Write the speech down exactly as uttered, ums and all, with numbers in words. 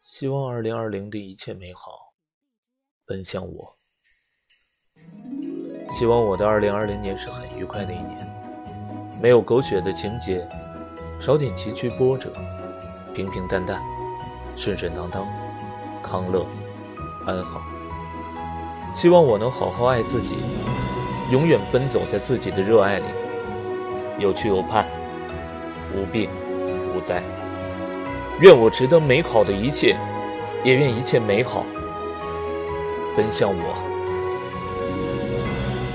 希望二零二零的一切美好奔向我。希望我的二零二零年是很愉快的一年，没有狗血的情节，少点崎岖波折，平平淡淡，顺顺当当，康乐安好。希望我能好好爱自己，永远奔走在自己的热爱里，有去有盼，无病无灾。愿我值得美好的一切，也愿一切美好奔向我。